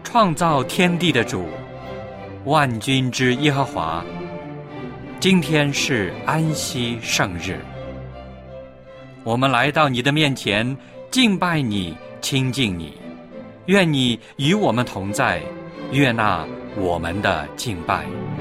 创造天地的主，万军之耶和华。今天是安息圣日，我们来到你的面前，敬拜你，亲近你。愿你与我们同在，悦纳我们的敬拜。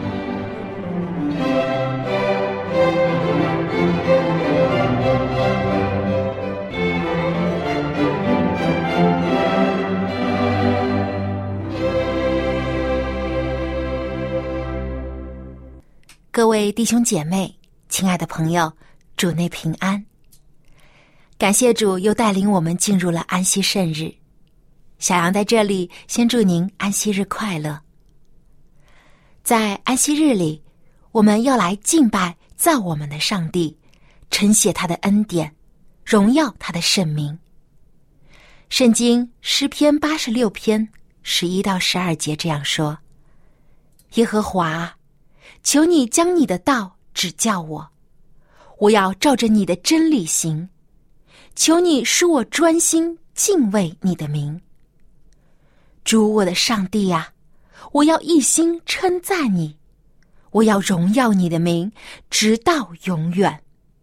各位弟兄姐妹，亲爱的朋友，主内平安。感谢主又带领我们进入了安息圣日。小杨在这里先祝您安息日快乐。在安息日里，我们要来敬拜造我们的上帝，称谢他的恩典，荣耀他的圣名。圣经诗篇86篇11到12节这样说：耶和华，求你将你的道指教我，我要照着你的真理行。求你使我专心敬畏你的名。主我的上帝啊，我要一心称赞你，我要荣耀你的名，直到永远。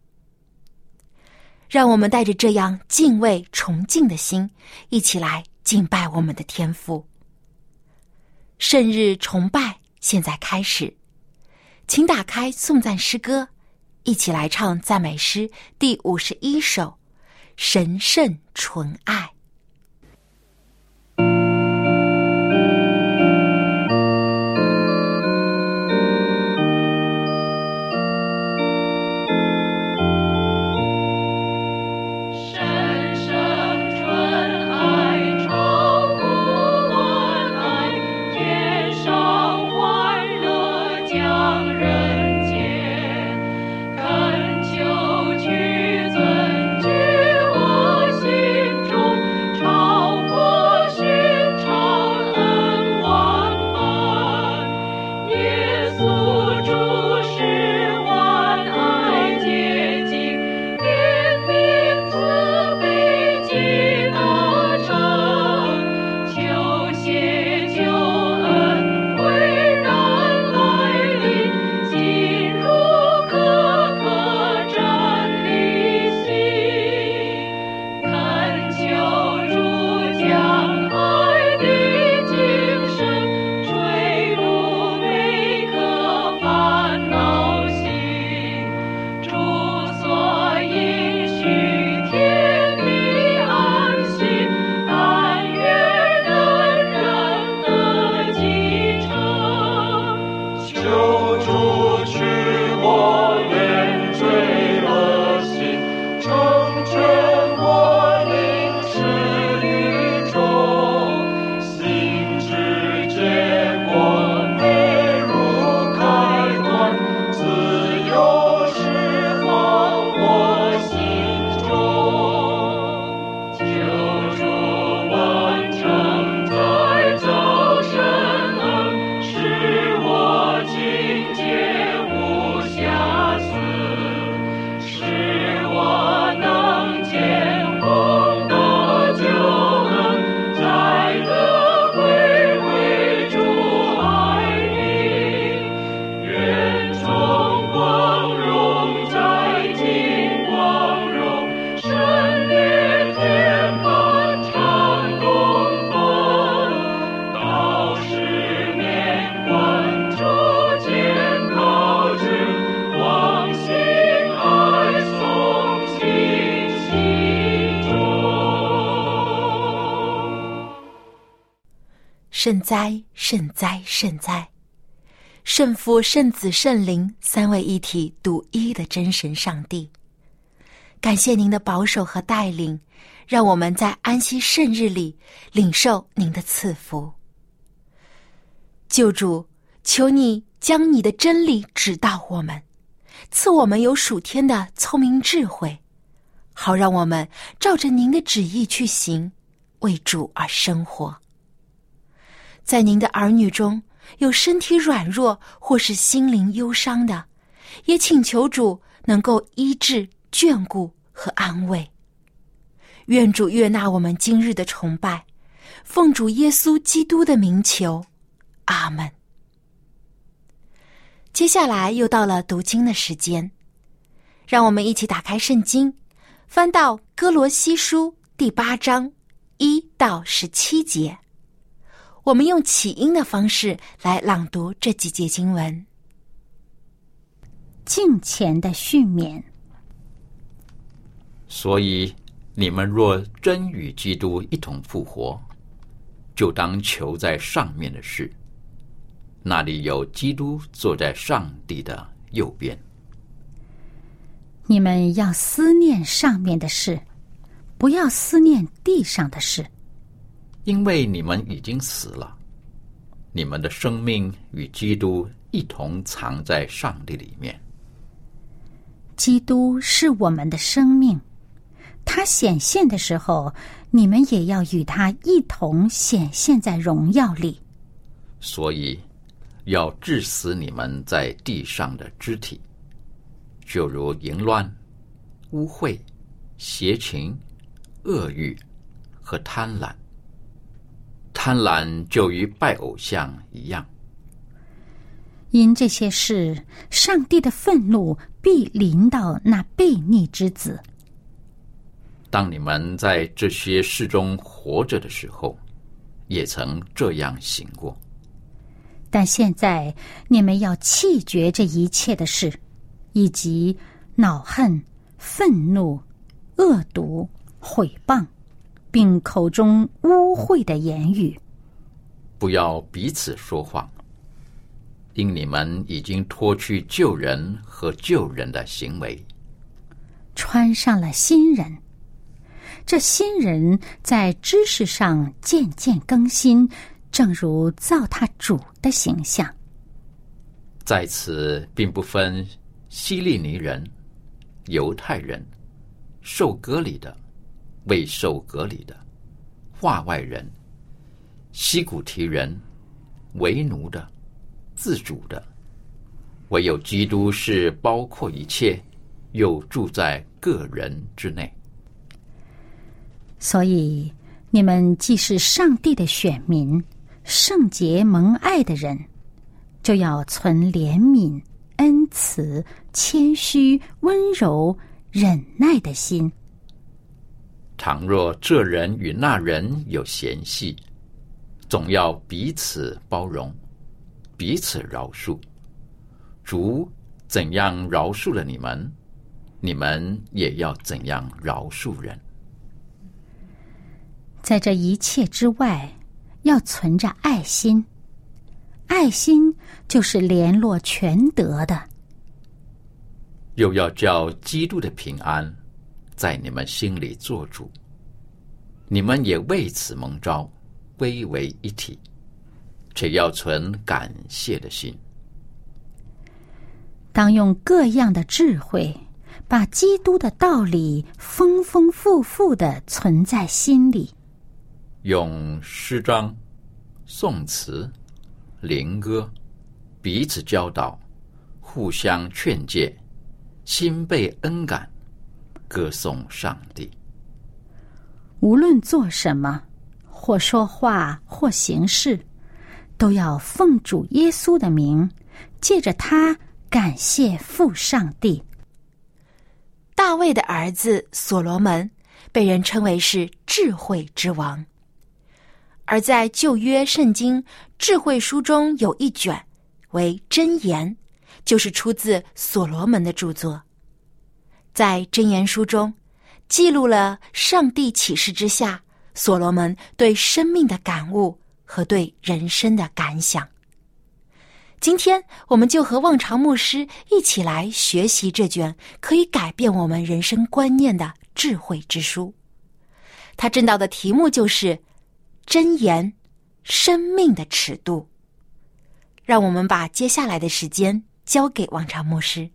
让我们带着这样敬畏崇敬的心，一起来敬拜我们的天父。圣日崇拜现在开始，请打开颂赞诗歌，一起来唱赞美诗第51首，神圣纯爱。圣哉，圣哉，圣哉！圣父、圣子、圣灵三位一体独一的真神上帝，感谢您的保守和带领，让我们在安息圣日里领受您的赐福。救主，求你将你的真理指导我们，赐我们有属天的聪明智慧，好让我们照着您的旨意去行，为主而生活。在您的儿女中有身体软弱或是心灵忧伤的，也请求主能够医治、眷顾和安慰。愿主悦纳我们今日的崇拜， 奉主耶稣基督的名求，阿们。接下来又到了读经的时间，让我们一起打开圣经，翻到哥罗西书第8章1到17节。我们用起音的方式来朗读这几节经文。 敬虔的训勉。 所以你们若真与基督一同复活，就当求在上面的事，那里有基督坐在上帝的右边。 你们要思念上面的事，不要思念地上的事， 因为你们已经死了，你们的生命与基督一同藏在上帝里面。 基督是我们的生命，他显现的时候，你们也要与他一同显现在荣耀里。 所以要治死你们在地上的肢体，就如淫乱、污秽、邪情、恶欲和贪婪。贪婪就与拜偶像一样。 因这些事，上帝的愤怒必临到那悖逆之子。 当你们在这些事中活着的时候，也曾这样行过。 但现在你们要弃绝这一切的事，以及恼恨、愤怒、恶毒、毁谤，并口中污秽的言语。 不要彼此说谎，因你们已经脱去旧人和旧人的行为， 穿上了新人。这新人在知识上渐渐更新，正如造他主的形象。 在此并不分希利尼人、犹太人、受割礼的、未受割礼的、化外人、西古提人、为奴的、自主的，唯有基督是包括一切，又住在个人之内。 所以你们既是上帝的选民，圣洁蒙爱的人，就要存怜悯、恩慈、谦虚、温柔、忍耐的心。 倘若这人与那人有嫌隙，总要彼此包容，彼此饶恕。主怎样饶恕了你们，你们也要怎样饶恕人。 在这一切之外，要存着爱心。爱心就是联络全德的。 又要叫基督的平安在你们心里做主，你们也为此蒙召，归为一体，且要存感谢的心。 当用各样的智慧，把基督的道理丰丰富富地存在心里， 用诗章、颂词、灵歌彼此教导，互相劝诫，心被恩感，歌颂上帝。 无论做什么，或说话，或行事，都要奉主耶稣的名，借着他感谢父上帝。 大卫的儿子所罗门被人称为是智慧之王，而在旧约圣经智慧书中有一卷为箴言，就是出自所罗门的著作。在箴言书中记录了上帝启示之下所罗门对生命的感悟和对人生的感想。今天我们就和望潮牧师一起来学习这卷可以改变我们人生观念的智慧之书。他正道的题目就是箴言，生命的尺度。让我们把接下来的时间交给望潮牧师。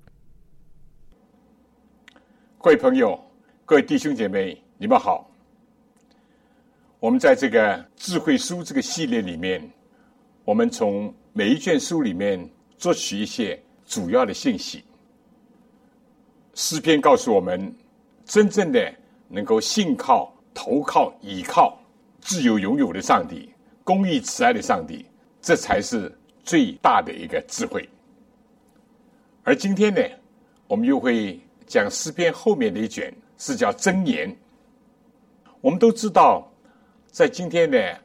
各位朋友，各位弟兄姐妹，你们好。我们在这个智慧书这个系列里面，我们从每一卷书里面捉取一些主要的信息。诗篇告诉我们，真正的能够信靠、投靠、倚靠， 自由拥有的上帝，公义慈爱的上帝，这才是最大的一个智慧。而今天呢，我们又会讲诗篇后面的一卷，是叫箴言。我们都知道，在今天的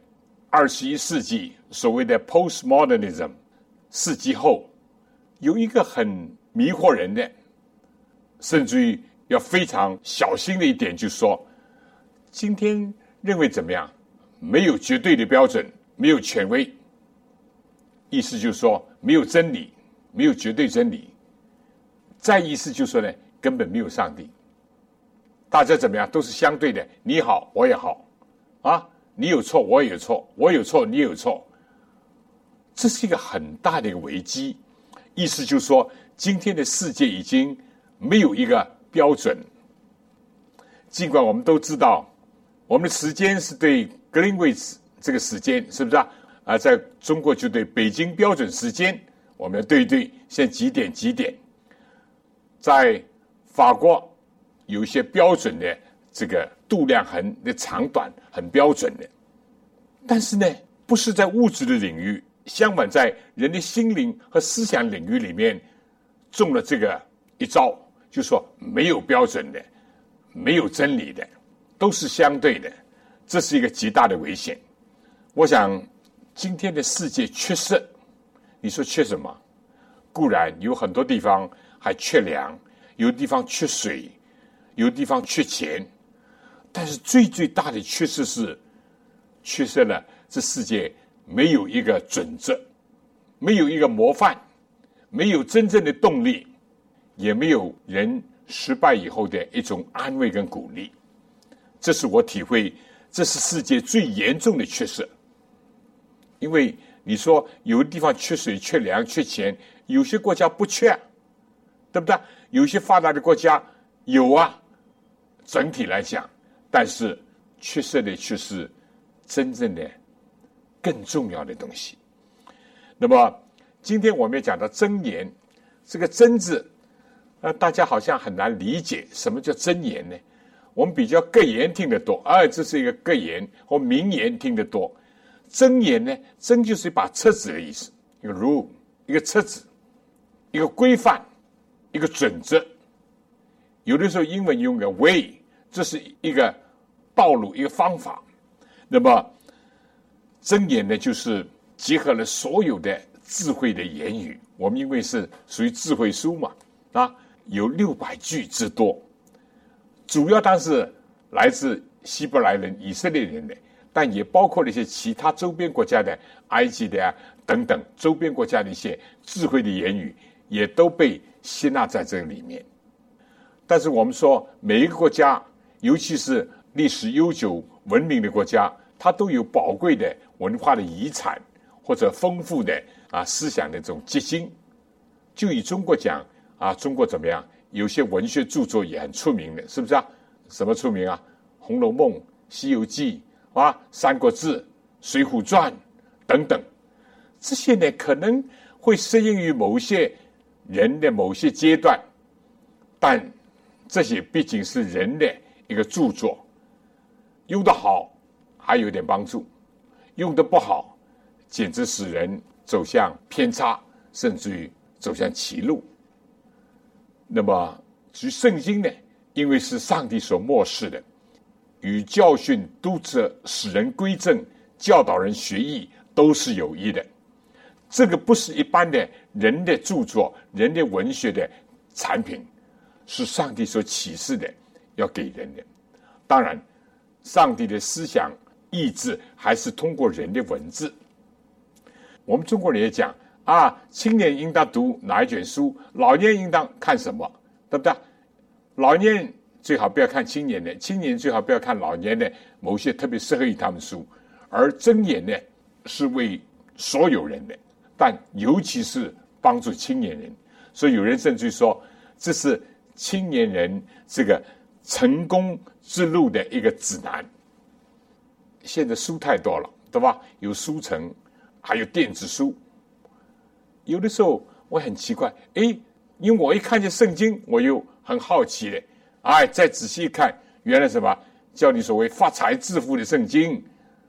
21世纪，所谓的 postmodernism 世纪后，有一个很迷惑人的，甚至于要非常小心的一点，就是说，今天认为怎么样？没有绝对的标准，没有权威，意思就是说没有真理，没有绝对真理。再意思就是说呢，根本没有上帝。大家怎么样？都是相对的，你好我也好啊，你有错我也有错，我有错你也有错。这是一个很大的一个危机。意思就是说，今天的世界已经没有一个标准。尽管我们都知道，我们的时间是对 Greenwich 这个时间，是不是啊？在中国就对北京标准时间，我们要对一对，现在几点几点。在法国有一些标准的这个度量衡的长短很标准的，但是呢，不是在物质的领域，相反在人的心灵和思想领域里面中了这个一招，就是说没有标准的，没有真理的，都是相对的，这是一个极大的危险。我想今天的世界缺失，你说缺什么？固然有很多地方还缺粮，有地方缺水，有地方缺钱，但是最大的缺失是缺失了这世界没有一个准则，没有一个模范，没有真正的动力，也没有人失败以后的一种安慰跟鼓励。这是我体会，这是世界最严重的缺失。因为你说有的地方缺水缺粮缺钱，有些国家不缺，对不对？有些发达的国家有啊，整体来讲，但是缺失的却是真正的更重要的东西。那么今天我们要讲到箴言，这个箴字大家好像很难理解什么叫箴言呢？我们比较格言听得多，这是一个格言或名言听得多。箴言呢，箴就是一把尺子的意思，一个 rule， 一个尺子，一个规范，一个准则。有的时候英文用个 way， 这是一个道路，一个方法。那么箴言呢，就是结合了所有的智慧的言语。我们因为是属于智慧书嘛，有600句之多，主要当然是来自希伯来人、以色列人的，但也包括了一些其他周边国家的、埃及的等等周边国家的一些智慧的言语，也都被吸纳在这个里面。但是我们说，每一个国家，尤其是历史悠久、文明的国家，它都有宝贵的文化的遗产或者丰富的思想的这种结晶。就以中国讲中国怎么样？有些文学著作也很出名的，是不是啊？什么出名啊？《红楼梦》、《西游记》《三国志》、《水浒传》等等，这些呢可能会适应于某些人的某些阶段，但这些毕竟是人的一个著作，用得好还有点帮助，用得不好，简直使人走向偏差，甚至于走向歧路。那么至于圣经呢，因为是上帝所默示的，与教训、督责、使人归正、教导人学义都是有益的。这个不是一般的人的著作、人的文学的产品，是上帝所启示的，要给人的。当然上帝的思想意志还是通过人的文字。我们中国人也讲青年应当读哪一卷书，老年应当看什么，对不对？老年最好不要看青年的，青年最好不要看老年的某些特别适合于他们书。而箴言呢，是为所有人的，但尤其是帮助青年人。所以有人甚至说，这是青年人这个成功之路的一个指南。现在书太多了，对吧？有书城，还有电子书。有的时候我很奇怪，因为我一看见圣经，我又很好奇的，再仔细一看，原来什么叫你所谓发财致富的圣经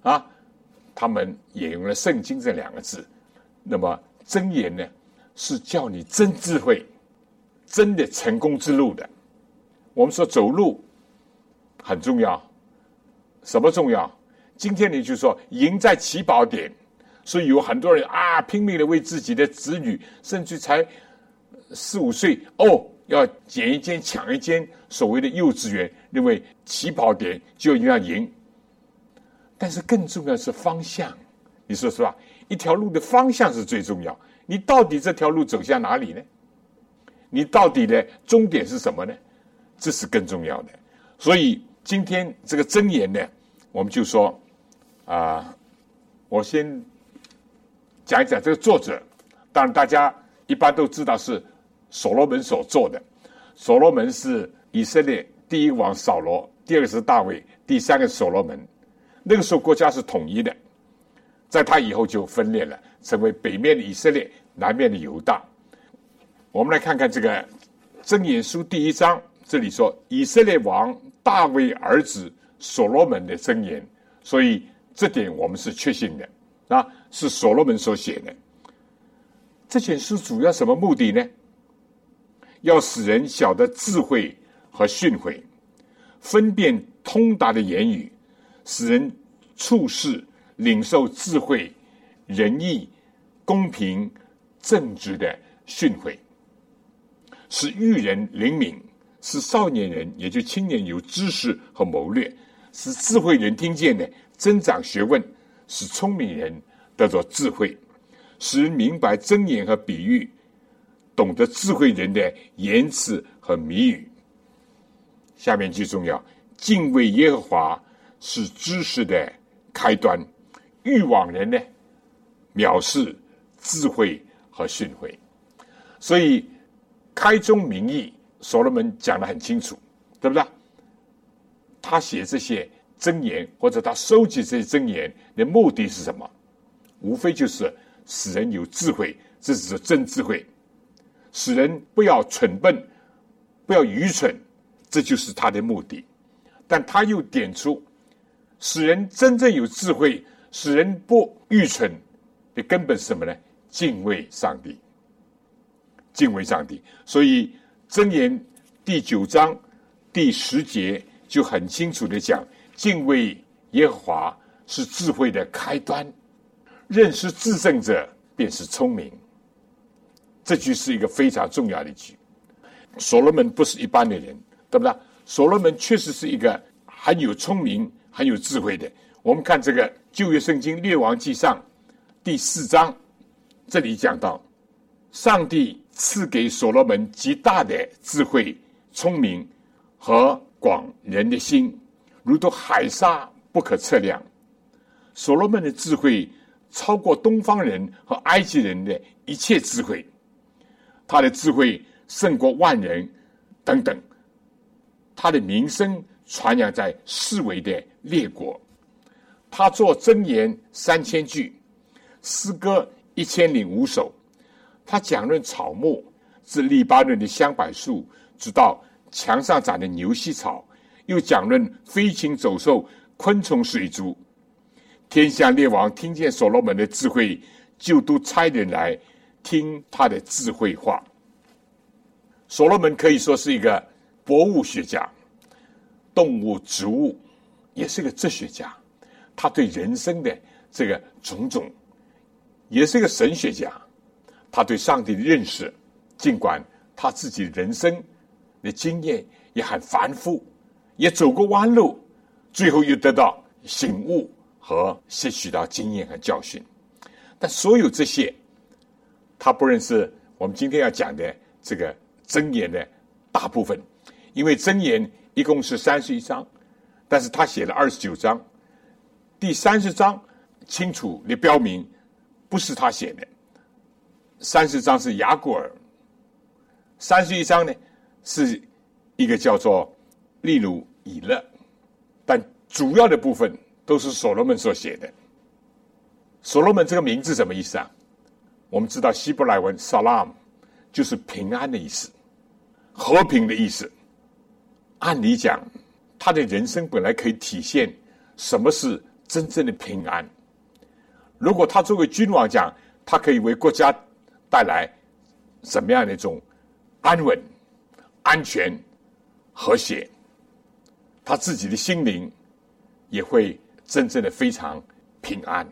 啊，他们也用了圣经这2个字。那么箴言呢，是叫你真智慧，真的成功之路的。我们说走路很重要，什么重要？今天你就说赢在起跑点，所以有很多人啊拼命的为自己的子女，甚至才4、5岁要捡一间抢一间所谓的幼稚园，认为起跑点就要赢。但是更重要的是方向，你说是吧？一条路的方向是最重要。你到底这条路走向哪里呢？你到底的终点是什么呢？这是更重要的。所以今天这个箴言呢，我们就说我先讲一讲这个作者。当然大家一般都知道是所罗门所做的。所罗门是以色列第一王扫罗，第2个是大卫，第3个是所罗门。那个时候国家是统一的，在他以后就分裂了，成为北面的以色列，南面的犹大。我们来看看这个箴言书第1章，这里说以色列王大卫儿子所罗门的箴言，所以这点我们是确信的是所罗门所写的。这卷书主要什么目的呢？要使人晓得智慧和训诲，分辨通达的言语，使人处事领受智慧、仁义、公平、正直的训诲，使愚人灵敏，使少年人也就青年有知识和谋略，使智慧人听见的增长学问，使聪明人得着智慧，使人明白箴言和比喻，懂得智慧人的言辞和谜语。下面最重要，敬畏耶和华是知识的开端，欲往人呢藐视智慧和训诲。所以开宗明义，所罗门讲得很清楚，对不对？他写这些箴言，或者他收集这些箴言的目的是什么？无非就是使人有智慧，这是真智慧，使人不要蠢笨，不要愚蠢，这就是他的目的。但他又点出使人真正有智慧，使人不愚蠢的根本是什么呢？敬畏上帝，敬畏上帝。所以箴言第9章第10节就很清楚的讲，敬畏耶和华是智慧的开端，认识至圣者便是聪明。这句是一个非常重要的一句。所罗门不是一般的人，对不对？所罗门确实是一个很有聪明、很有智慧的。我们看这个旧约圣经列王纪上第4章，这里讲到，上帝赐给所罗门极大的智慧、聪明和广人的心，如同海沙不可测量。所罗门的智慧超过东方人和埃及人的一切智慧，他的智慧胜过万人等等，他的名声传扬在四围的列国。他作箴言3000句，诗歌1005首。他讲论草木，自黎巴嫩的香柏树，直到墙上长的牛膝草，又讲论飞禽走兽、昆虫水族。天下列王听见所罗门的智慧，就都差人来听他的智慧话。所罗门可以说是一个博物学家，动物、植物，也是个哲学家。他对人生的这个种种，也是个神学家。他对上帝的认识，尽管他自己人生的经验也很繁复，也走过弯路，最后又得到醒悟和吸取到经验和教训。但所有这些，他不认识我们今天要讲的这个箴言的大部分，因为箴言一共是31章，但是他写了29章，第30章清楚地标明不是他写的，30章是雅古尔，31章呢是一个叫做利努以勒，但主要的部分都是所罗门所写的。所罗门这个名字什么意思啊？我们知道希伯来文 salam 就是平安的意思，和平的意思。按理讲，他的人生本来可以体现什么是真正的平安。如果他作为君王讲，他可以为国家带来什么样的一种安稳、安全、和谐，他自己的心灵也会真正的非常平安。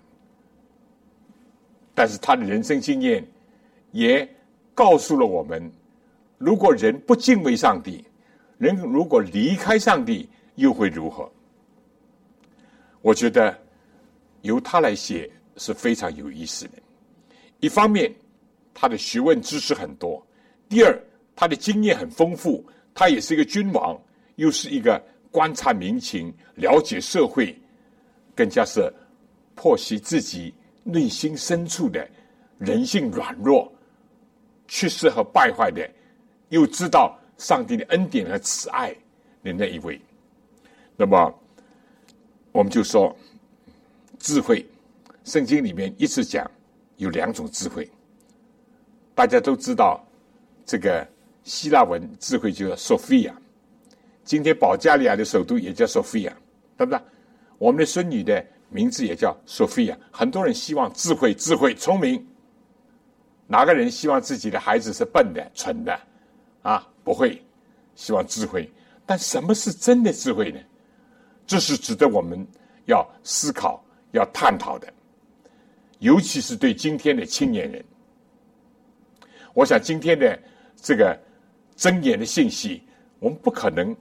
但是他的人生经验也告诉了我们，如果人不敬畏上帝，人如果离开上帝，又会如何？我觉得由他来写是非常有意思的。一方面他的学问知识很多，第二他的经验很丰富，他也是一个君王，又是一个观察民情、了解社会，更加是剖析自己内心深处的人性软弱、缺失和败坏的，又知道上帝的恩典和慈爱的那一位。那么我们就说智慧，圣经里面一直讲有两种智慧。大家都知道这个希腊文智慧就叫 Sophia， 今天保加利亚的首都也叫 Sofia， 对不对？我们的孙女的名字也叫 Sophia。 很多人希望智慧、聪明，哪个人希望自己的孩子是笨的、蠢的啊？不会，希望智慧。但什么是真的智慧呢？这是值得我们要思考、要探讨的，尤其是对今天的青年人。我想今天的这个箴言的信息，我们不可能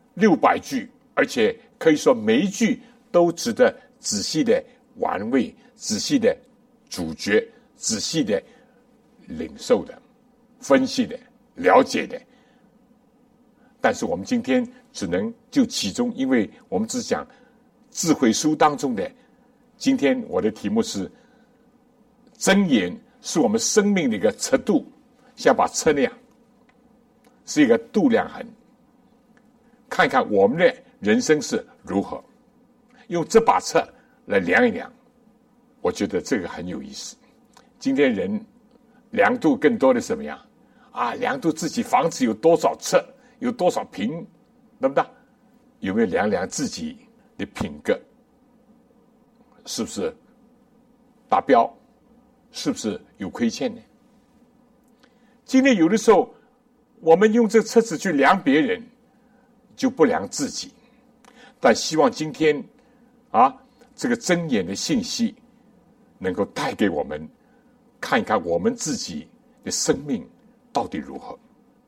600句，而且可以说每一句都值得仔细的玩味、仔细的咀嚼、仔细的领受的、分析的、了解的。但是我们今天只能就其中，因为我们只讲智慧书当中的。今天我的题目是箴言是我们生命的一个尺度，像把测量是一个度量衡，看看我们的人生是如何，用这把尺来量一量。我觉得这个很有意思。今天人量度更多的什么样啊？量度自己房子有多少尺，有多少平，对不对？有没有量量自己的品格是不是达标，是不是有亏欠呢？今天有的时候我们用这个尺子去量别人，就不量自己。但希望今天这个箴言的信息能够带给我们看一看我们自己的生命到底如何，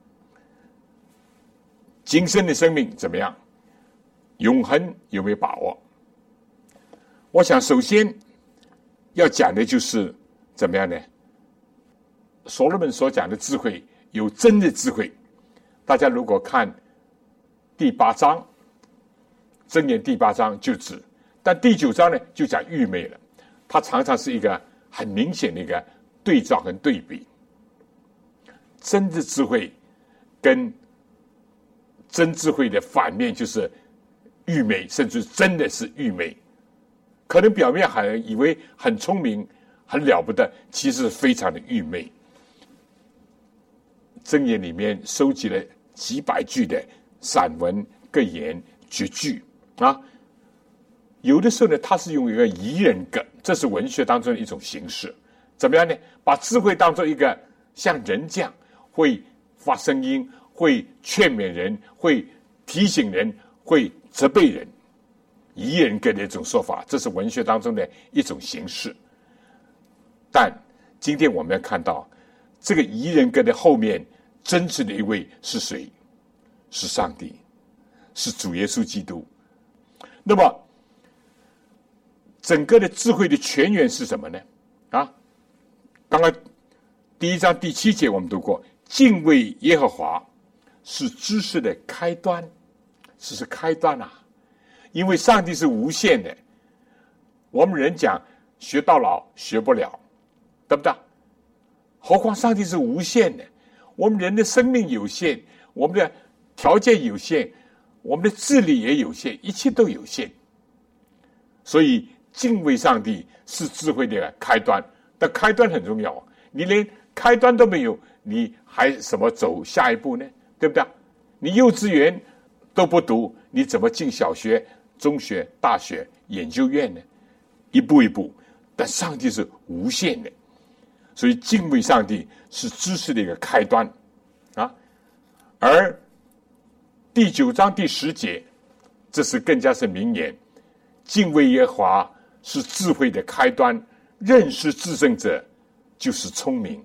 今生的生命怎么样，永恒有没有把握。我想首先要讲的就是怎么样呢？所罗门所讲的智慧有真的智慧。大家如果看第8章，箴言第8章就指，但第9章呢就讲愚昧了。它常常是一个很明显的一个对照跟对比。真的智慧跟真智慧的反面就是愚昧，甚至真的是愚昧。可能表面还以为很聪明很了不得，其实非常的愚昧。箴言里面收集了几百句的散文、格言、绝句啊。有的时候呢，它是用一个擬人格，这是文学当中的一种形式。怎么样呢？把智慧当作一个像人这样会发声音，会劝勉人，会提醒人，会责备人，拟人格的一种说法，这是文学当中的一种形式。但今天我们要看到，这个拟人格的后面真实的一位是谁？是上帝，是主耶稣基督。那么整个的智慧的泉源是什么呢？刚刚第1章第7节我们读过，敬畏耶和华是知识的开端。是开端啊，因为上帝是无限的，我们人讲学到老学不了，对不对？何况上帝是无限的，我们人的生命有限，我们的条件有限，我们的智力也有限，一切都有限。所以敬畏上帝是智慧的开端，但开端很重要，你连开端都没有，你还怎么走下一步呢？对不对？你幼稚园都不读，你怎么进小学、中学、大学、研究院呢？ 一步一步，但上帝是无限的，所以敬畏上帝是知识的一个开端啊。而第9章第10节，这是更加是明言，敬畏耶和华是智慧的开端，认识至圣者就是聪明。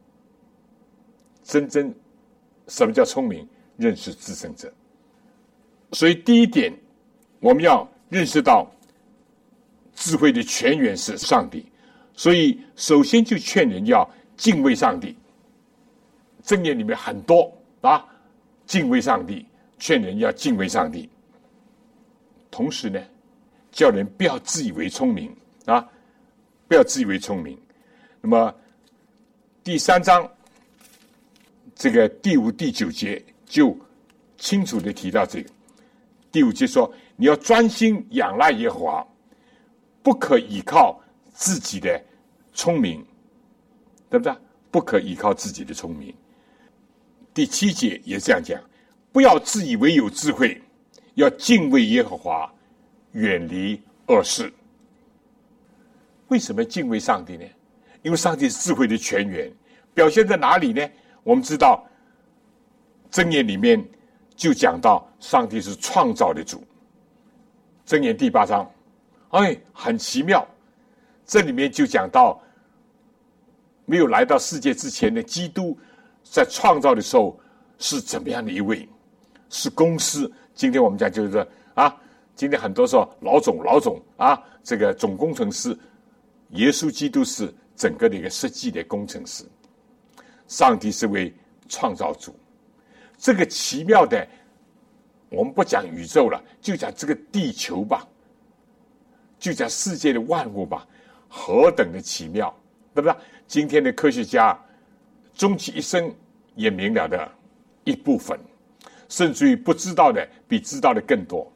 真正什么叫聪明？认识至圣者。所以第一点，我们要认识到智慧的泉源是上帝，所以首先就劝人要敬畏上帝。箴言里面很多啊，敬畏上帝，劝人要敬畏上帝。同时呢，叫人不要自以为聪明啊，不要自以为聪明。那么第3章这个第5、第9节就清楚的提到这个。第5节说，你要专心仰赖耶和华，不可依靠自己的聪明，对不对？不可依靠自己的聪明。第7节也这样讲，不要自以为有智慧，要敬畏耶和华，远离恶事。为什么敬畏上帝呢？因为上帝是智慧的泉源，表现在哪里呢？我们知道箴言里面就讲到上帝是创造的主。箴言第8章，很奇妙，这里面就讲到没有来到世界之前的基督在创造的时候是怎么样的一位，是公司。今天我们讲就是今天很多时候老总这个总工程师，耶稣基督是整个的一个实际的工程师。上帝是位创造主，这个奇妙的，我们不讲宇宙了，就讲这个地球吧，就讲世界的万物吧，何等的奇妙，对不对？今天的科学家终其一生也明了的一部分，甚至于不知道的比知道的更多。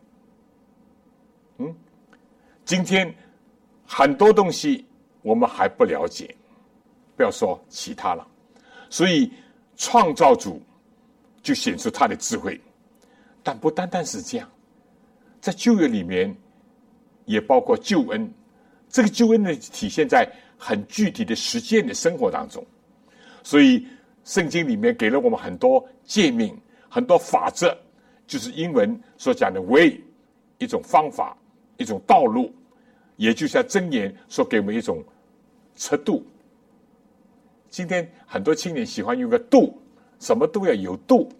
今天很多东西我们还不了解，不要说其他了。所以创造主就显出他的智慧，但不单单是这样，在旧约里面也包括救恩。这个救恩呢，体现在很具体的实践的生活当中。所以圣经里面给了我们很多诫命，很多法则，就是英文所讲的 way， 一种方法，一种道路，也就像箴言所给我们一种尺度。今天很多青年喜欢用个度，什么都要有度。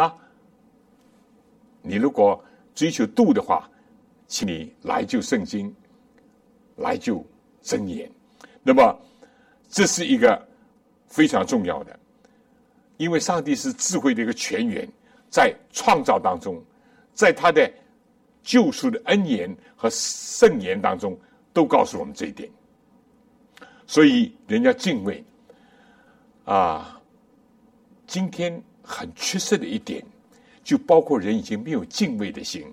你如果追求度的话，请你来就圣经，来就箴言。那么这是一个非常重要的，因为上帝是智慧的一个泉源，在创造当中，在他的救赎的恩言和圣言当中都告诉我们这一点。所以人要敬畏今天很缺失的一点，就包括人已经没有敬畏的心。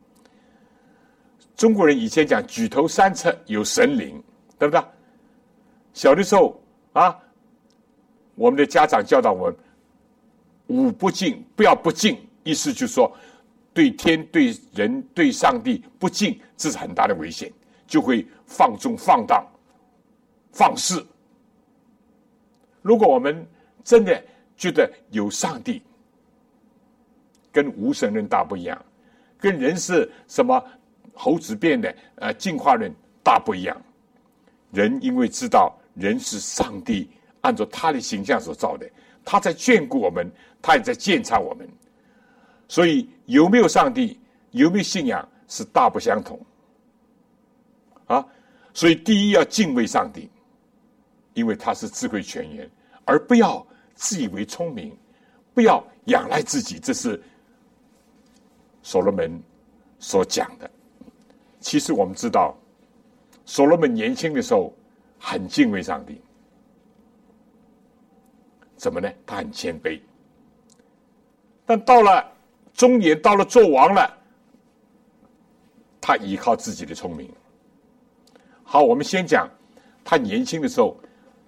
中国人以前讲举头三尺有神灵，对不对？小的时候我们的家长教导我们五不敬，不要不敬，意思就是说对天、对人、对上帝不敬，这是很大的危险，就会放纵、放荡、放肆。如果我们真的觉得有上帝，跟无神论大不一样，跟人是什么猴子变的进化论大不一样。人因为知道人是上帝按照他的形象所造的，他在眷顾我们，他也在鉴察我们，所以有没有上帝，有没有信仰是大不相同所以第一要敬畏上帝，因为他是智慧泉源，而不要自以为聪明，不要仰赖自己。这是所罗门所讲的。其实我们知道，所罗门年轻的时候很敬畏上帝。怎么呢？他很谦卑。但到了中年，到了做王了，他依靠自己的聪明。好，我们先讲他年轻的时候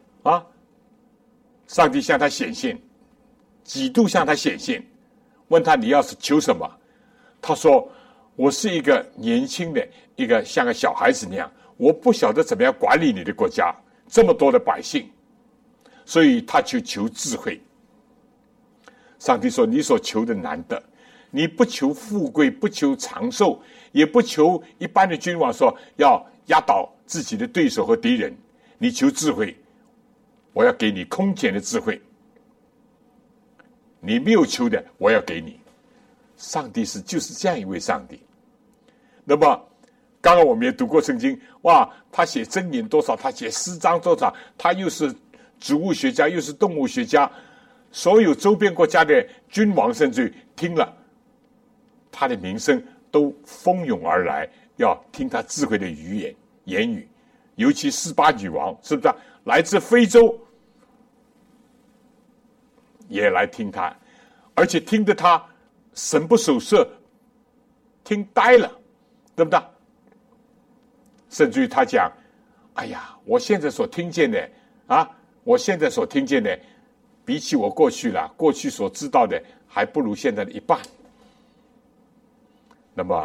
上帝向他显现，几度向他显现，问他你要是求什么？他说我是一个年轻的一个像个小孩子那样， 我不晓得怎么样管理你的国家，这么多的百姓，所以他就求智慧。上帝说：“你所求的难得，你不求富贵，不求长寿，也不求一般的君王说要压倒自己的对手和敌人，你求智慧，我要给你空前的智慧。你没有求的，我要给你。”上帝就是这样一位上帝。那么刚刚我们也读过圣经，哇，他写箴言多少，他写诗章多少，他又是植物学家，又是动物学家，所有周边国家的君王甚至听了他的名声都蜂拥而来，要听他智慧的言语。尤其18女王，是不是来自非洲也来听他，而且听得他神不守舍，听呆了，对不对？甚至于他讲：“哎呀，我现在所听见的我现在所听见的，比起我过去所知道的，还不如现在的一半。”那么，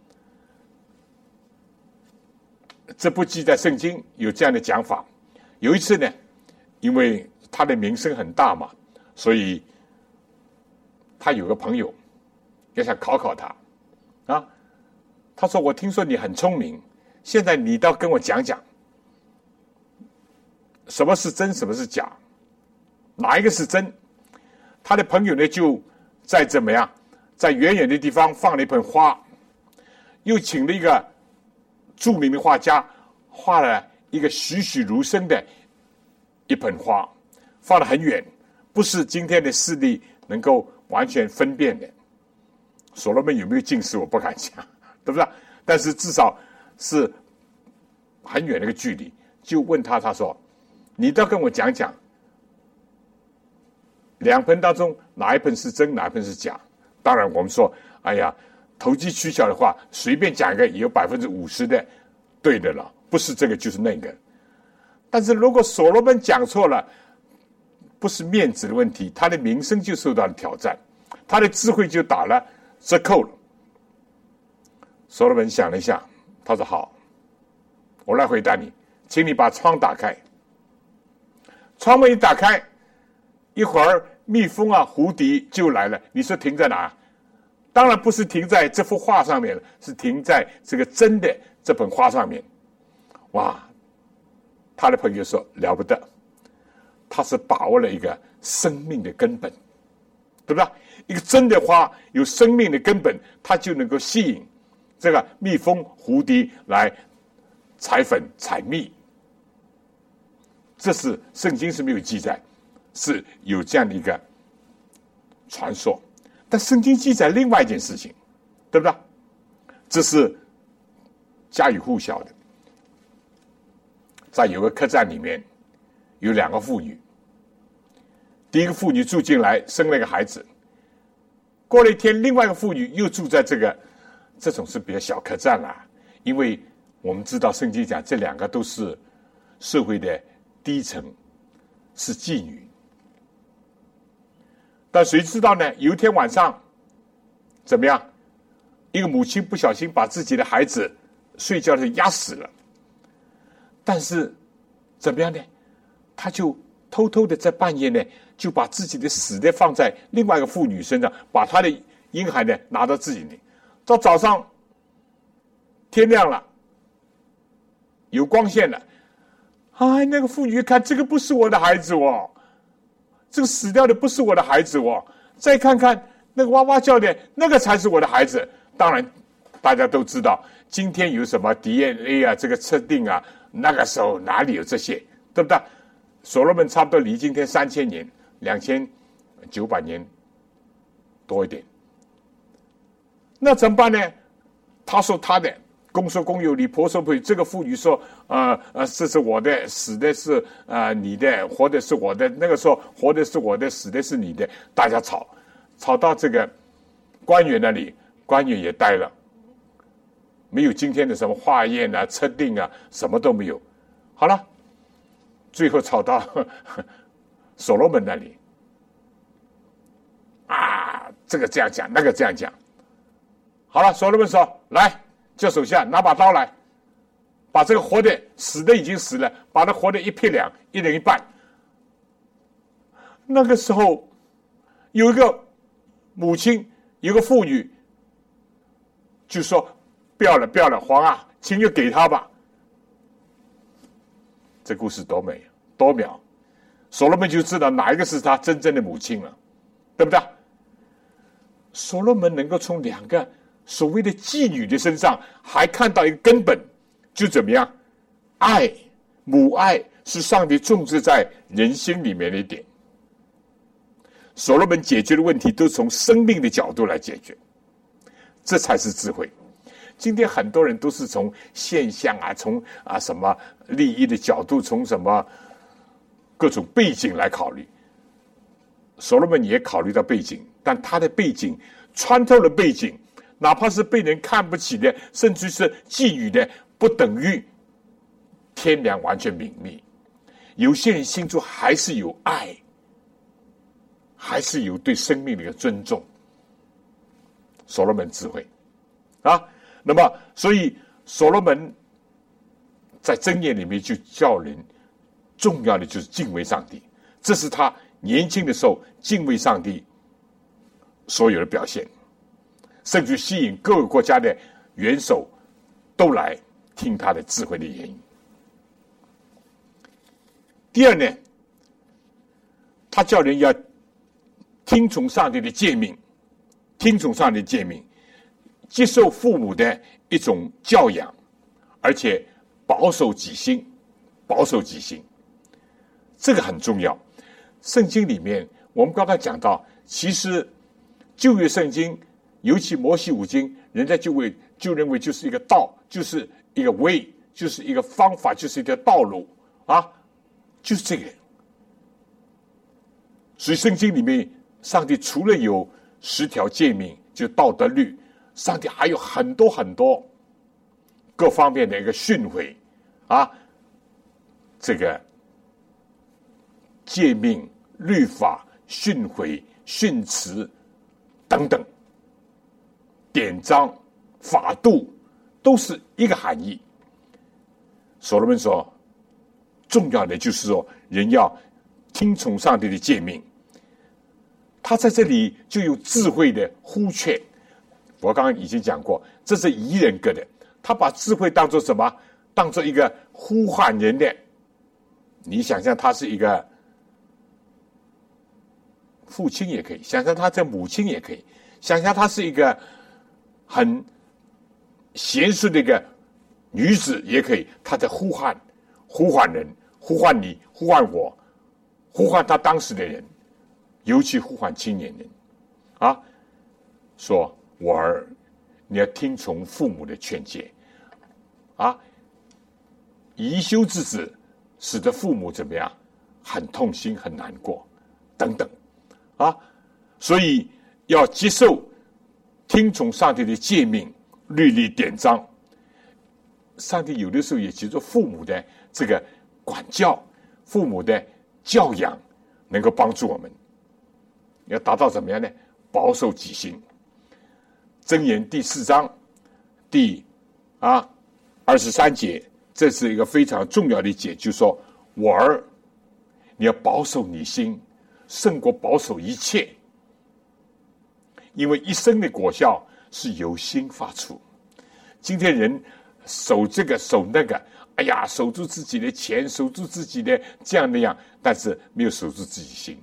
这不记在圣经有这样的讲法。有一次呢，因为他的名声很大嘛，所以他有个朋友也想考考他他说：“我听说你很聪明，现在你倒跟我讲讲，什么是真，什么是假，哪一个是真？”他的朋友呢，就在在远远的地方放了一盆花，又请了一个著名的画家画了一个栩栩如生的一盆花，放得很远，不是今天的视力能够完全分辨的。所罗门有没有近视我不敢讲，对不对？但是至少是很远的一个距离。就问他说：“你倒跟我讲讲，两盆当中哪一盆是真，哪一盆是假？”当然我们说，哎呀，投机取巧的话，随便讲一个也有50%的对的了，不是这个就是那个。但是如果所罗门讲错了，不是面子的问题，他的名声就受到了挑战，他的智慧就打了折扣了。所罗门想了一下，他说：“好，我来回答你，请你把窗打开。”窗门一打开，一会儿蜜蜂蝴蝶就来了。你说停在哪？当然不是停在这幅画上面了，是停在这个真的这盆花上面。哇，他的朋友说了不得，他是把握了一个生命的根本，对不对？一个真的花有生命的根本，它就能够吸引这个蜜蜂蝴蝶来采粉采蜜。这是圣经是没有记载，是有这样的一个传说。但圣经记载另外一件事情，对不对？这是家喻户晓的。在有个客栈里面，有2个妇女。第一个妇女住进来，生了一个孩子。过了一天，另外一个妇女又住在这种是比较小客栈啦，因为我们知道圣经讲这2个都是社会的低层，是妓女。但谁知道呢？有一天晚上，怎么样？一个母亲不小心把自己的孩子睡觉的时候压死了。但是怎么样呢？他就偷偷的在半夜呢，就把自己的死的放在另外一个妇女身上，把她的婴孩呢拿到自己里。到早上天亮了，有光线了，那个妇女一看，这个不是我的孩子哦，这个死掉的不是我的孩子哦，再看看那个哇哇叫的那个才是我的孩子。当然大家都知道今天有什么 DNA 这个测定那个时候哪里有这些，对不对？所罗门差不多离今天3000年，2900年多一点。那怎么办呢？他说他的，公说公有理，婆说婆有理。这个妇女说这是我的，死的是你的，活的是我的。那个说活的是我的，死的是你的。大家吵到这个官员那里，官员也呆了，没有今天的什么化验测定什么都没有。好了，最后吵到所罗门那里，这个这样讲，那个这样讲。好了，所罗门说：“来，叫手下拿把刀来。” 把这个活的死的已经死了，把它活的一撇两，一人一半。那个时候有一个母亲，有个妇女就说不要了，不要了，皇啊，请就给他吧。这故事多美多妙，所罗门就知道哪一个是他真正的母亲了，对不对？所罗门能够从两个所谓的妓女的身上还看到一个根本，就怎么样？爱，母爱是上帝种植在人心里面的一点。所罗门解决的问题都从生命的角度来解决，这才是智慧。今天很多人都是从现象啊，从什么利益的角度，从什么各种背景来考虑。所罗门也考虑到背景，但他的背景穿透了背景，哪怕是被人看不起的，甚至是觊觎的，不等于天良完全泯灭。有些人心中还是有爱，还是有对生命的一个尊重。所罗门智慧啊，那么所以所罗门在箴言里面就叫人重要的就是敬畏上帝，这是他年轻的时候敬畏上帝所有的表现，甚至吸引各个国家的元首都来听他的智慧的言语。第二呢，他叫人要听从上帝的诫命，听从上帝的诫命，接受父母的一种教养，而且保守己心，保守己心，这个很重要。圣经里面我们刚刚讲到，其实旧约圣经，尤其摩西五经，人家就认为就是一个道，就是一个way，就是一个方法，就是一条道路啊，就是这个。所以圣经里面上帝除了有10条诫命，就道德律，上帝还有很多很多各方面的一个训诲啊，这个诫命、律法、训诲、训词等等，典章、法度都是一个含义。所罗门说，重要的就是说，人要听从上帝的诫命。他在这里就有智慧的呼劝，我刚刚已经讲过，这是宜人格的。他把智慧当作什么？当作一个呼唤人的。你想象他是一个父亲也可以，想象他这母亲也可以，想象他是一个很贤淑的一个女子也可以。他在呼唤人，呼唤你，呼唤我，呼唤他当时的人，尤其呼唤青年人啊，说我儿，你要听从父母的劝诫啊，贻羞之子使得父母怎么样，很痛心很难过等等啊，所以要接受听从上帝的诫命、律例、典章。上帝有的时候也借助父母的这个管教、父母的教养，能够帮助我们。要达到怎么样呢？保守己心。箴言第4章第23节，这是一个非常重要的节，就是说，我儿，你要保守你心，胜过保守一切，因为一生的果效是由心发出。今天人守这个守那个，哎呀，守住自己的钱，守住自己的这样那样，但是没有守住自己心。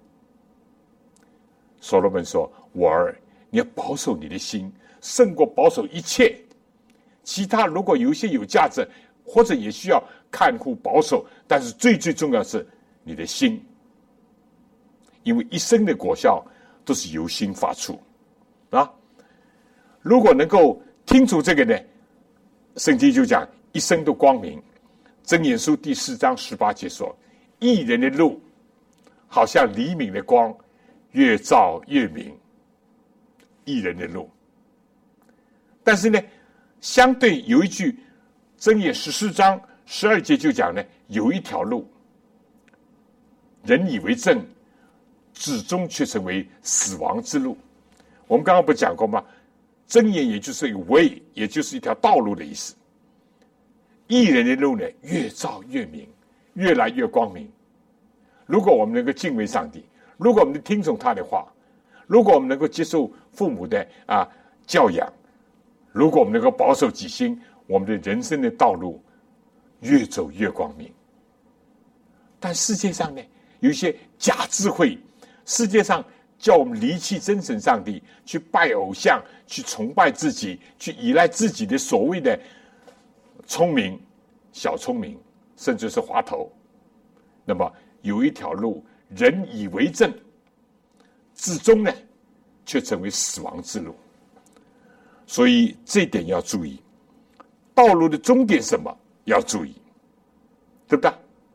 所罗门说，我儿，你要保守你的心，胜过保守一切。其他如果有一些有价值，或者也需要看护保守，但是最重要是你的心，因为一生的果效都是由心发出啊。如果能够听出这个呢，圣经就讲一生都光明。箴言书第4章18节说，义人的路好像黎明的光，越照越明。义人的路。但是呢，相对有一句箴言14章12节就讲呢，有一条路，人以为正，至终却成为死亡之路。我们刚刚不讲过吗？箴言也就是一个 way， 也就是一条道路的意思。 义人的路呢越照越明，越来越光明。如果我们能够敬畏上帝，如果我们听从他的话，如果我们能够接受父母的教养，如果我们能够保守己心，我们的人生的道路越走越光明。但世界上呢，有一些假智慧，世界上叫我们离弃真神上帝，去拜偶像，去崇拜自己，去依赖自己的所谓的聪明、小聪明，甚至是滑头。那么有一条路，人以为正，至终呢，却成为死亡之路。所以这一点要注意，道路的终点什么要注意，对不对？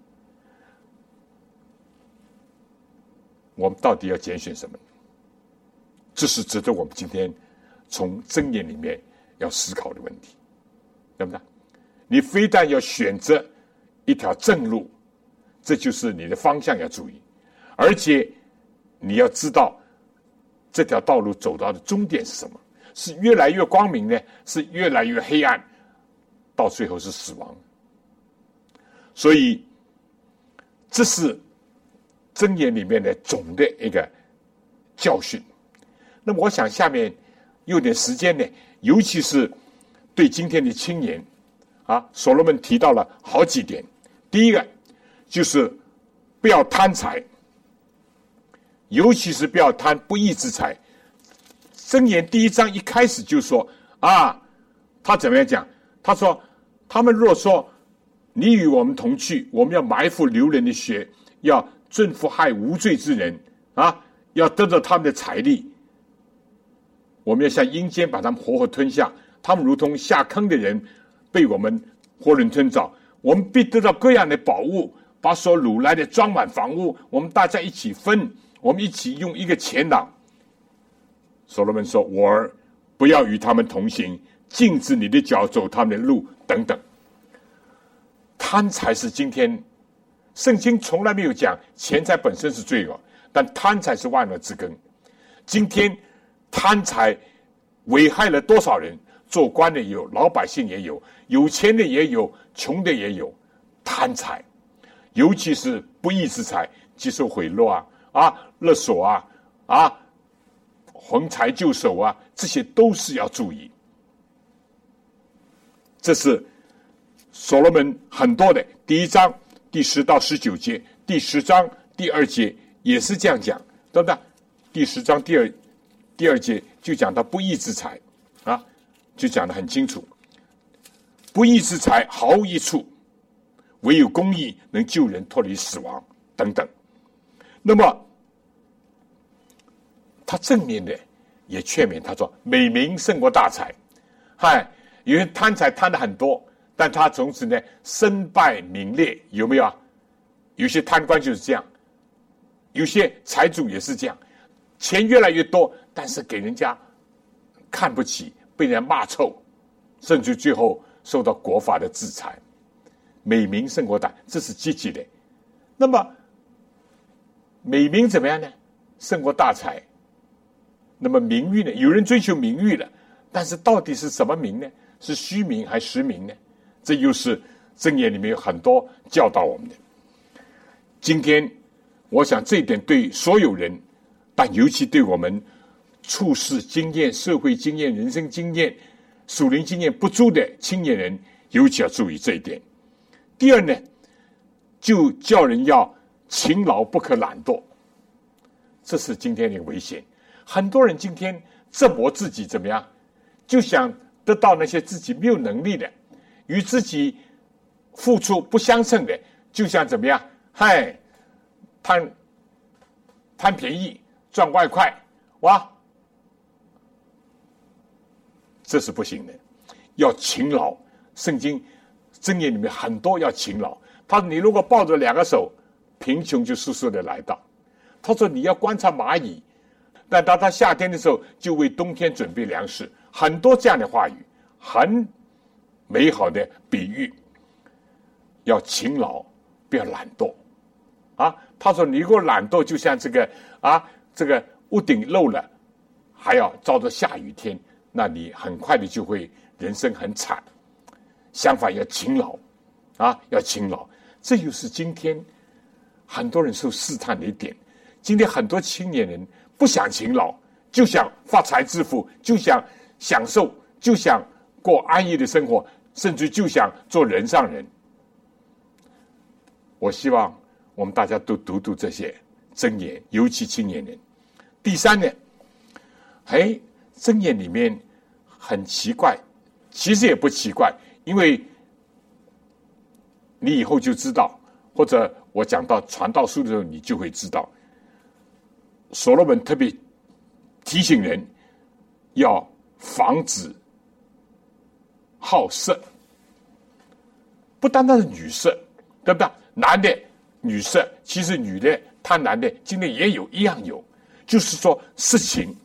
我们到底要拣选什么？这是值得我们今天从箴言里面要思考的问题，对不对？你非但要选择一条正路，这就是你的方向要注意，而且你要知道这条道路走到的终点是什么，是越来越光明呢，是越来越黑暗，到最后是死亡。所以这是箴言里面的总的一个教训。那么我想下面有点时间呢，尤其是对今天的青年所罗门提到了好几点。第一个就是不要贪财，尤其是不要贪不义之财。箴言第1章一开始就说他怎么样讲？他说他们若说你与我们同去，我们要埋伏流人的血，要zul伏害无罪之人要得到他们的财力，我们要像阴间把他们活活吞下，他们如同下坑的人被我们活人吞枣。我们必得到各样的宝物，把所掳来的装满房屋，我们大家一起分，我们一起用一个钱囊。所罗门说，我儿不要与他们同行，禁止你的脚走他们的路等等。贪财是今天圣经从来没有讲钱财本身是罪恶，但贪财是万恶之根。今天贪财危害了多少人？做官的也有，老百姓也有，有钱的也有，穷的也有。贪财，尤其是不义之财，接受贿赂勒索横财就手这些都是要注意。这是所罗门很多的第1章第10到19节，第10章第2节也是这样讲，对不对？第10章第二节就讲到不义之财就讲得很清楚，不义之财毫无益处，唯有公义能救人脱离死亡等等。那么他正面的也劝勉他说，美名胜过大财。有人贪财贪的很多，但他从此呢身败名裂，有没有有些贪官就是这样，有些财主也是这样，钱越来越多，但是给人家看不起，被人家骂臭，甚至最后受到国法的制裁。美名胜过大，这是积极的。那么美名怎么样呢？胜过大财。那么名誉呢？有人追求名誉了，但是到底是什么名呢？是虚名还是实名呢？这又是箴言里面有很多教导我们的。今天我想这一点对所有人，但尤其对我们处事经验、社会经验、人生经验、属灵经验不足的青年人，尤其要注意这一点。第二呢，就叫人要勤劳，不可懒惰。这是今天的危险。很多人今天折磨自己怎么样？就想得到那些自己没有能力的，与自己付出不相称的，就想怎么样？贪便宜，赚外快，这是不行的。要勤劳，圣经箴言里面很多要勤劳。他说，你如果抱着2个手，贫穷就速速的来到。他说，你要观察蚂蚁，但当他夏天的时候，就为冬天准备粮食。很多这样的话语，很美好的比喻。要勤劳，不要懒惰他说，你如果懒惰，就像这个屋顶漏了，还要遭着下雨天，那你很快的就会人生很惨。相反，要勤劳， 要勤劳。这就是今天很多人受试探的一点。今天很多青年人不想勤劳，就想发财致富，就想享受，就想过安逸的生活，甚至就想做人上人。我希望我们大家都读读这些箴言，尤其青年人。第三呢，箴言里面很奇怪，其实也不奇怪，因为你以后就知道，或者我讲到传道书的时候，你就会知道。所罗门特别提醒人要防止好色，不单单是女色，对不对？男的女色，其实女的贪婪的今天也有，一样有，就是说色情。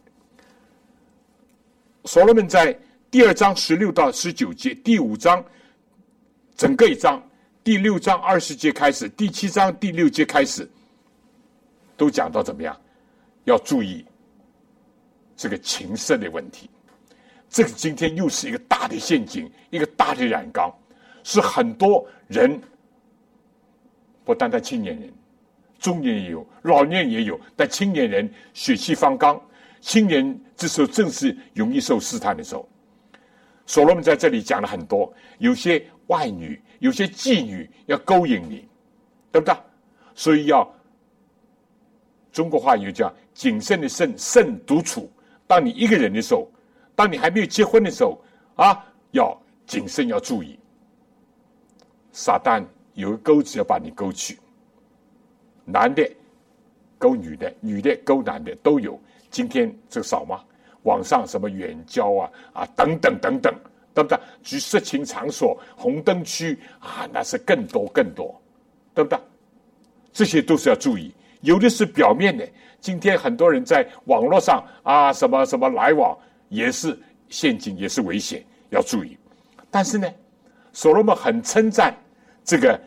所罗门在第2章16到19节，第5章整个一章，第6章20节开始，第7章第6节开始，都讲到怎么样要注意这个情色的问题。这个今天又是一个大的陷阱，一个大的染缸，是很多人，不单单青年人，中年也有，老年人也有，但青年人血气方刚，青年这时候正是容易受试探的时候。所罗门在这里讲了很多，有些外女，有些妓女要勾引你，对不对？所以要中国话有叫谨慎的慎，慎独处。当你一个人的时候，当你还没有结婚的时候要谨慎，要注意。撒旦有个钩子要把你勾去，男的勾女的，女的勾男的都有。今天这个少吗？网上什么远交等等等等，对不对？去色情场所、红灯区那是更多更多，对不对？这些都是要注意。有的是表面的，今天很多人在网络上什么什么来往，也是陷阱，也是危险，要注意。但是呢，所罗门很称赞这个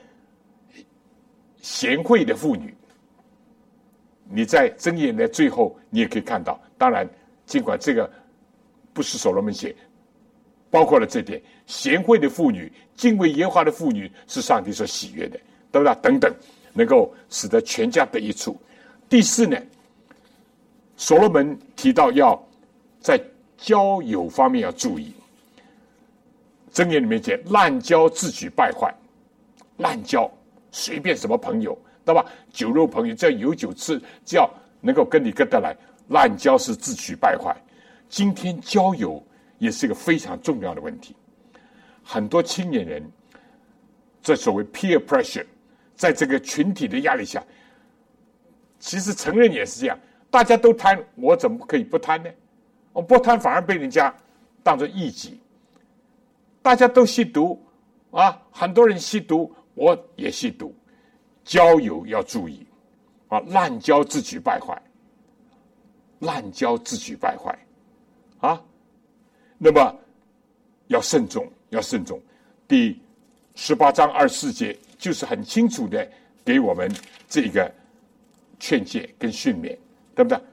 贤惠的妇女。你在箴言的最后，你也可以看到，当然，尽管这个不是所罗门写，包括了这点，贤惠的妇女、敬畏耶和华的妇女是上帝所喜悦的，对不对？等等，能够使得全家得益处。第4呢，所罗门提到要在交友方面要注意。箴言里面讲，滥交自取败坏。滥交，随便什么朋友，对吧？酒肉朋友，只要有酒吃，只要能够跟你跟得来，滥交是自取败坏。今天交友也是一个非常重要的问题。很多青年人这所谓 peer pressure， 在这个群体的压力下，其实成人也是这样，大家都贪，我怎么可以不贪呢？我不贪反而被人家当作异己。大家都吸毒很多人吸毒，我也吸毒。交友要注意滥交自取败坏，滥交自取败坏那么要慎重，要慎重。第18章24节就是很清楚的给我们这个劝诫跟训勉，对不对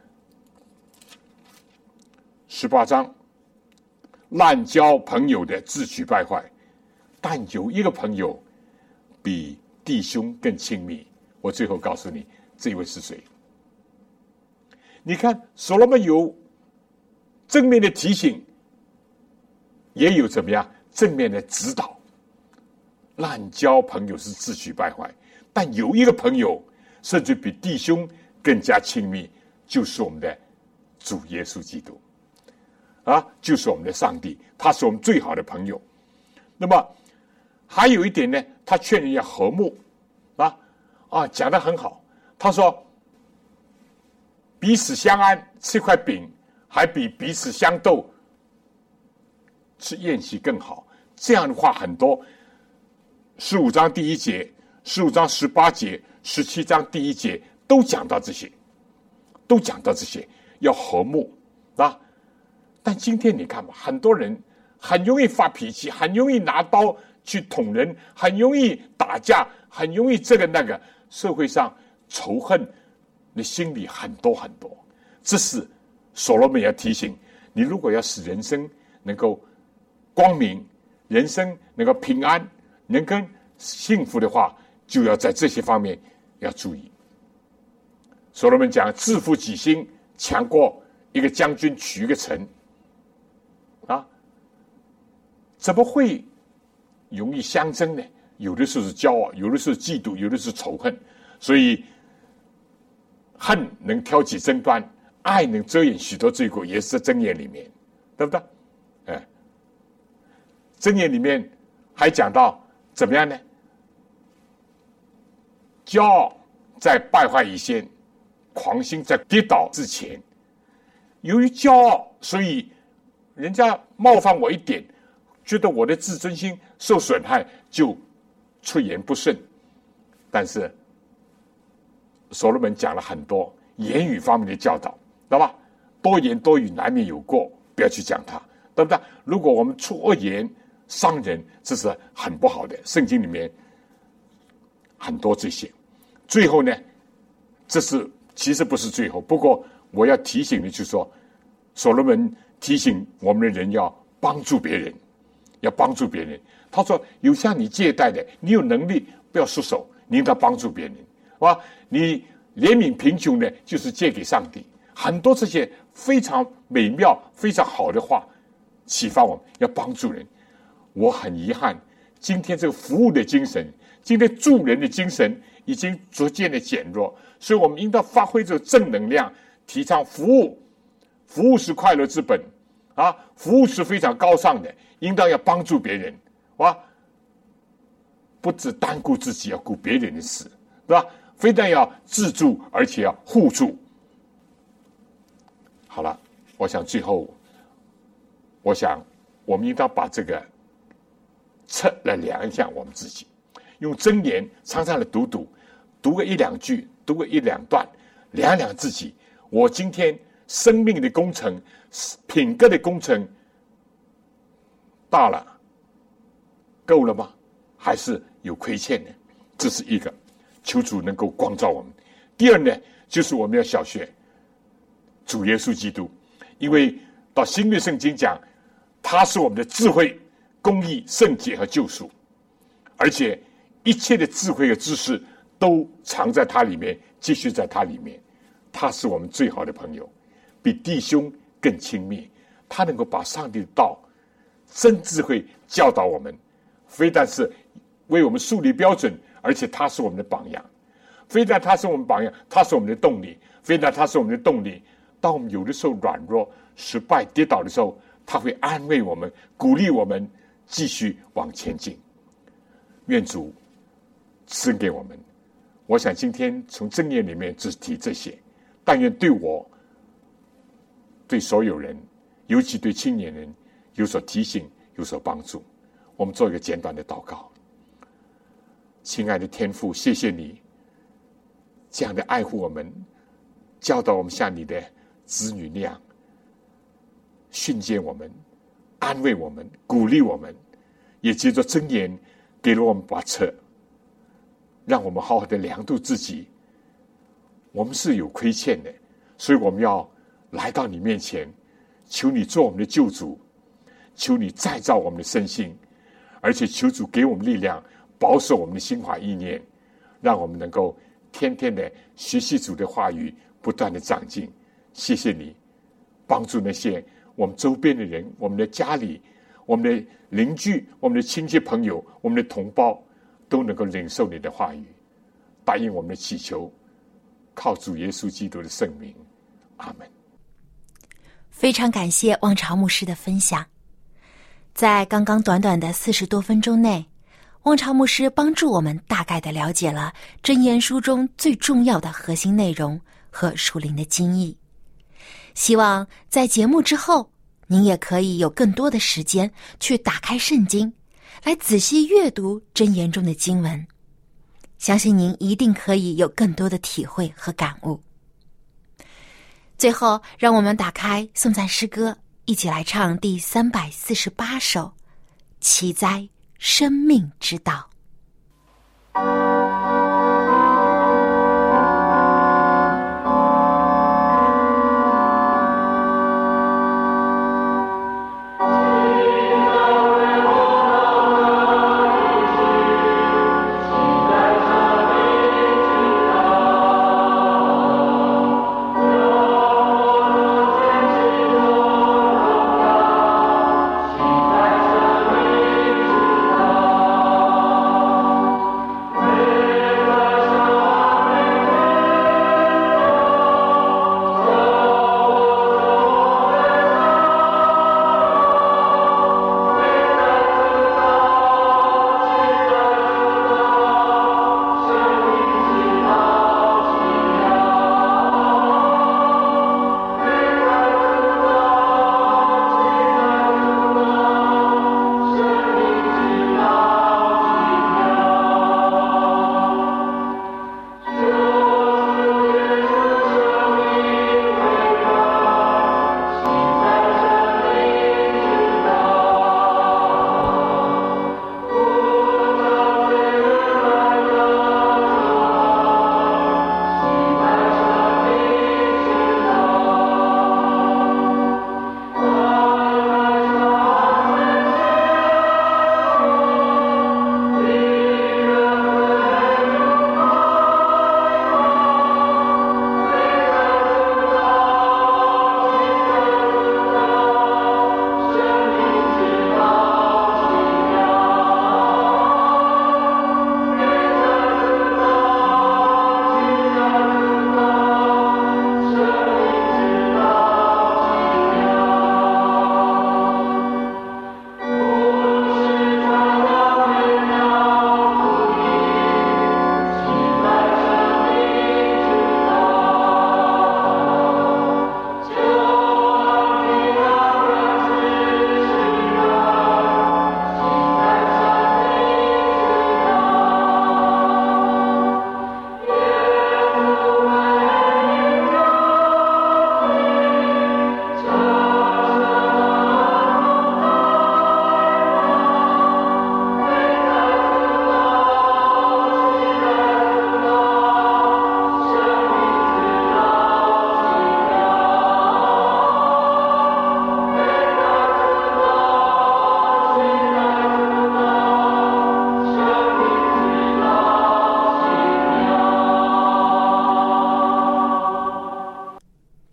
？18章，滥交朋友的自取败坏，但有一个朋友比弟兄更亲密。我最后告诉你，这位是谁？你看，所罗门有正面的提醒，也有怎么样正面的指导。滥交朋友是自取败坏，但有一个朋友甚至比弟兄更加亲密，就是我们的主耶稣基督就是我们的上帝，他是我们最好的朋友。那么还有一点呢，他劝人要和睦讲得很好。他说彼此相安，吃块饼还比彼此相斗吃宴席更好。这样的话很多。15章第1节、15章18节、17章第1节都讲到这些，要和睦但今天你看吧，很多人很容易发脾气，很容易拿刀去捅人，很容易打架，很容易这个那个，社会上仇恨的心理很多很多。这是所罗门要提醒你，如果要使人生能够光明，人生能够平安，能跟幸福的话，就要在这些方面要注意。所罗门讲，自负己心强过一个将军取一个城啊，怎么会容易相争呢？有的时候是骄傲，有的时候是嫉妒，有的是仇恨。所以恨能挑起争端，爱能遮掩许多罪过，也是在箴言里面，对不对？箴言里面还讲到怎么样呢？骄傲在败坏以前，狂心在跌倒之前。由于骄傲，所以人家冒犯我一点，觉得我的自尊心受损害，就出言不顺。但是所罗门讲了很多言语方面的教导，知道吧？多言多语难免有过，不要去讲它，对不对？如果我们出恶言伤人，这是很不好的。圣经里面很多这些。最后呢，这是其实不是最后，不过我要提醒的就是说，所罗门提醒我们的人要帮助别人，要帮助别人。他说，有向你借贷的，你有能力不要束手，你应当帮助别人，是吧？你怜悯贫穷的，就是借给上帝。很多这些非常美妙、非常好的话，启发我们要帮助人。我很遗憾，今天这个服务的精神，今天助人的精神已经逐渐的减弱，所以我们应当发挥这个正能量，提倡服务。服务是快乐之本啊！服务是非常高尚的，应当要帮助别人，啊，不只单顾自己，要顾别人的事，对吧？非但要自助，而且要互助。好了，我想最后，我想我们应当把这个测来量一下我们自己，用箴言常常来读个一两句，读个一两段，量量自己。我今天生命的工程、品格的工程大了，够了吗？还是有亏欠呢？这是一个，求主能够光照我们。第二呢，就是我们要晓学主耶稣基督，因为到新约圣经讲，他是我们的智慧、公义、圣洁和救赎，而且一切的智慧和知识都藏在他里面，继续在他里面。他是我们最好的朋友，比弟兄更亲密。他能够把上帝的道、真智慧教导我们，非但是为我们树立标准，而且他是我们的榜样。非但他是我们榜样，他是我们的动力。非但他是我们的动力，当我们有的时候软弱、失败、跌倒的时候，他会安慰我们，鼓励我们继续往前进。愿主赐给我们。我想今天从箴言里面只提这些，但愿对我、对所有人，尤其对青年人有所提醒，有所帮助。我们做一个简短的祷告。亲爱的天父，谢谢你这样的爱护我们，教导我们像你的子女那样训诫我们，安慰我们，鼓励我们，也借着箴言给了我们把尺，让我们好好的量度自己。我们是有亏欠的，所以我们要来到你面前，求你做我们的救主，求你再造我们的身心，而且求主给我们力量，保守我们的心怀意念，让我们能够天天的学习主的话语，不断的长进。谢谢你帮助那些我们周边的人，我们的家里，我们的邻居，我们的亲戚朋友，我们的同胞都能够领受你的话语。答应我们的祈求，靠主耶稣基督的圣名，阿们。 非常感谢望潮牧师的分享。在刚刚短短的40多分钟内，望潮牧师帮助我们大概的了解了箴言书中最重要的核心内容和属灵的精义。希望在节目之后，您也可以有更多的时间去打开圣经，来仔细阅读箴言中的经文。相信您一定可以有更多的体会和感悟。最后，让我们打开颂赞诗歌，一起来唱第348首《奇哉生命之道》。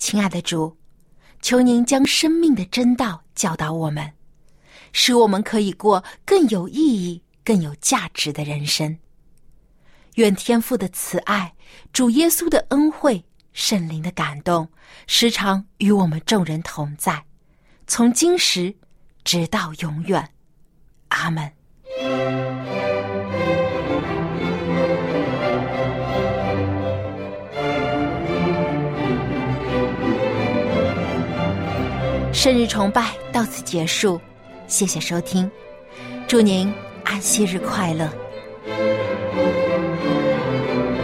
亲爱的主，求您将生命的真道教导我们，使我们可以过更有意义、更有价值的人生。愿天父的慈爱、主耶稣的恩惠、圣灵的感动，时常与我们众人同在，从今时直到永远。阿们。生日崇拜到此结束，谢谢收听，祝您安息日快乐。